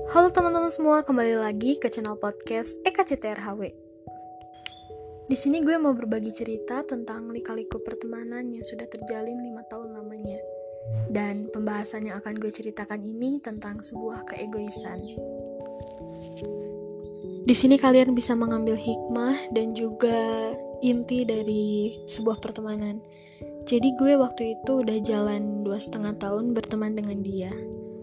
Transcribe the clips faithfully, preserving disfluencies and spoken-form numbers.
Halo teman-teman semua, kembali lagi ke channel podcast E K C T R H W. Di sini gue mau berbagi cerita tentang lika-liku pertemanan yang sudah terjalin lima tahun lamanya. Dan pembahasan yang akan gue ceritakan ini tentang sebuah keegoisan. Di sini kalian bisa mengambil hikmah dan juga inti dari sebuah pertemanan. Jadi gue waktu itu udah jalan dua setengah tahun berteman dengan dia.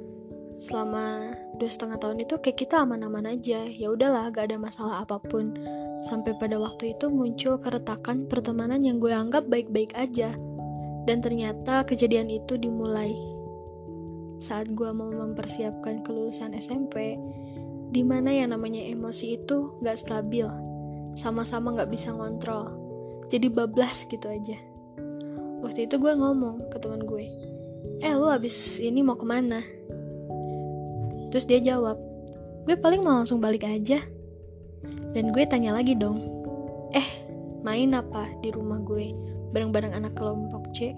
Selama dua setengah tahun itu kayak kita aman-aman aja, ya udahlah, gak ada masalah apapun. Sampai pada waktu itu muncul keretakan pertemanan yang gue anggap baik-baik aja. Dan ternyata kejadian itu dimulai saat gue mau mempersiapkan kelulusan S M P, dimana yang namanya emosi itu gak stabil, sama-sama gak bisa ngontrol, jadi bablas gitu aja. Waktu itu gue ngomong ke teman gue, eh lu abis ini mau kemana? Terus dia jawab, gue paling mau langsung balik aja. Dan gue tanya lagi dong, eh main apa di rumah gue bareng-bareng anak kelompok C?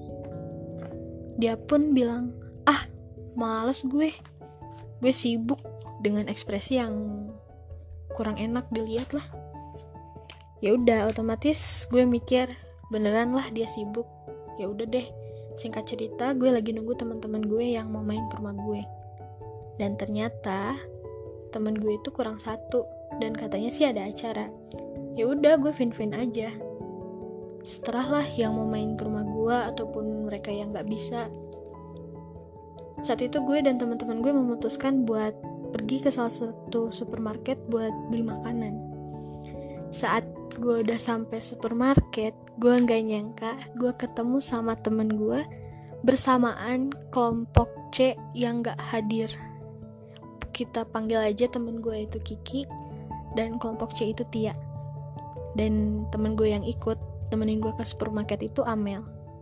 Dia pun bilang, ah males gue, gue sibuk, dengan ekspresi yang kurang enak dilihat lah. Ya udah, otomatis gue mikir beneran lah dia sibuk. Ya udah deh, singkat cerita gue lagi nunggu teman-teman gue yang mau main ke rumah gue. Dan ternyata teman gue itu kurang satu dan katanya sih ada acara. Ya udah, gue fin-fin aja. Setelah lah yang mau main ke rumah gue ataupun mereka yang nggak bisa. Saat itu gue dan teman-teman gue memutuskan buat pergi ke salah satu supermarket buat beli makanan. Saat gue udah sampai supermarket, gue nggak nyangka gue ketemu sama temen gue bersamaan kelompok C yang nggak hadir. Kita panggil aja temen gue itu Kiki dan kelompok C itu Tia. Dan temen gue yang ikut temenin gue ke supermarket itu Amel.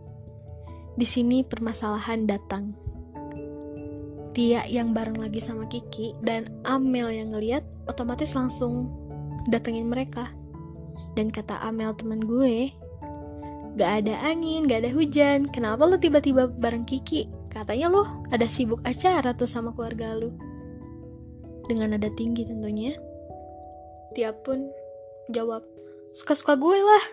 Di sini permasalahan datang. Tia yang bareng lagi sama Kiki dan Amel yang ngeliat otomatis langsung datengin mereka. Dan kata Amel temen gue, gak ada angin, gak ada hujan, kenapa lu tiba-tiba bareng Kiki? Katanya lu ada sibuk acara tuh sama keluarga lu. Dengan nada tinggi tentunya. Tia pun jawab, suka-suka gue lah.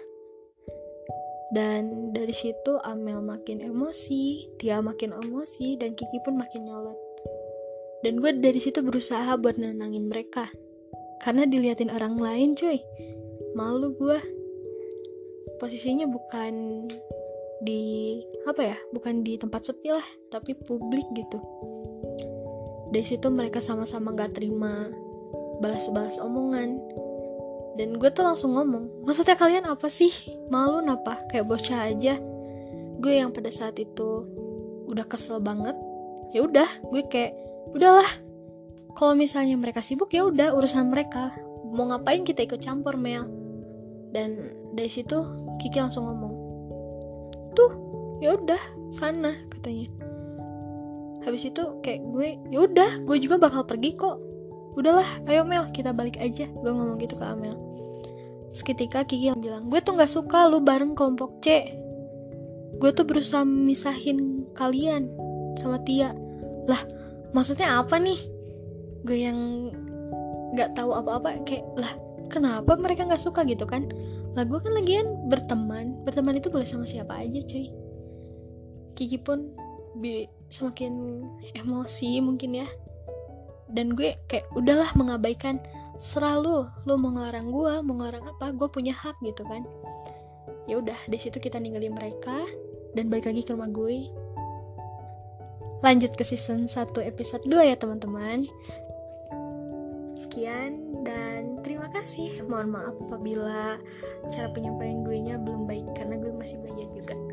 Dan dari situ Amel makin emosi, Tia makin emosi, dan Kiki pun makin nyolot. Dan gue dari situ berusaha buat nenangin mereka. Karena diliatin orang lain cuy, malu gue. Posisinya bukan di, apa ya, bukan di tempat sepi lah, tapi publik gitu. Dari situ mereka sama-sama gak terima balas-balas omongan. Dan gue tuh langsung ngomong, maksudnya kalian apa sih? Malu napa? Kayak bocah aja. Gue yang pada saat itu udah kesel banget. Ya udah, gue kayak udahlah. Kalau misalnya mereka sibuk ya udah urusan mereka. Mau ngapain kita ikut campur, Mel? Dan dari situ Kiki langsung ngomong, tuh, ya udah sana katanya. Habis itu kayak gue, ya udah, gue juga bakal pergi kok. Udahlah, ayo Mel, kita balik aja. Gue ngomong gitu ke Amel. Seketika Kiki bilang, gue tuh gak suka lu bareng kelompok C. Gue tuh berusaha misahin kalian sama Tia. Lah, maksudnya apa nih? Gue yang gak tahu apa-apa, kayak, lah, kenapa mereka gak suka gitu kan? Lah, gue kan lagian berteman. Berteman itu boleh sama siapa aja, cuy. Kiki pun bi- semakin emosi mungkin ya. Dan gue kayak udahlah mengabaikan, serah lu, lu mau ngelarang gue, mau ngelarang apa, gue punya hak gitu kan. Ya udah, di situ kita ninggalin mereka dan balik lagi ke rumah gue. Lanjut ke season satu episode dua ya teman-teman. Sekian dan terima kasih. Mohon maaf apabila cara penyampaian gue nya belum baik karena gue masih belajar juga.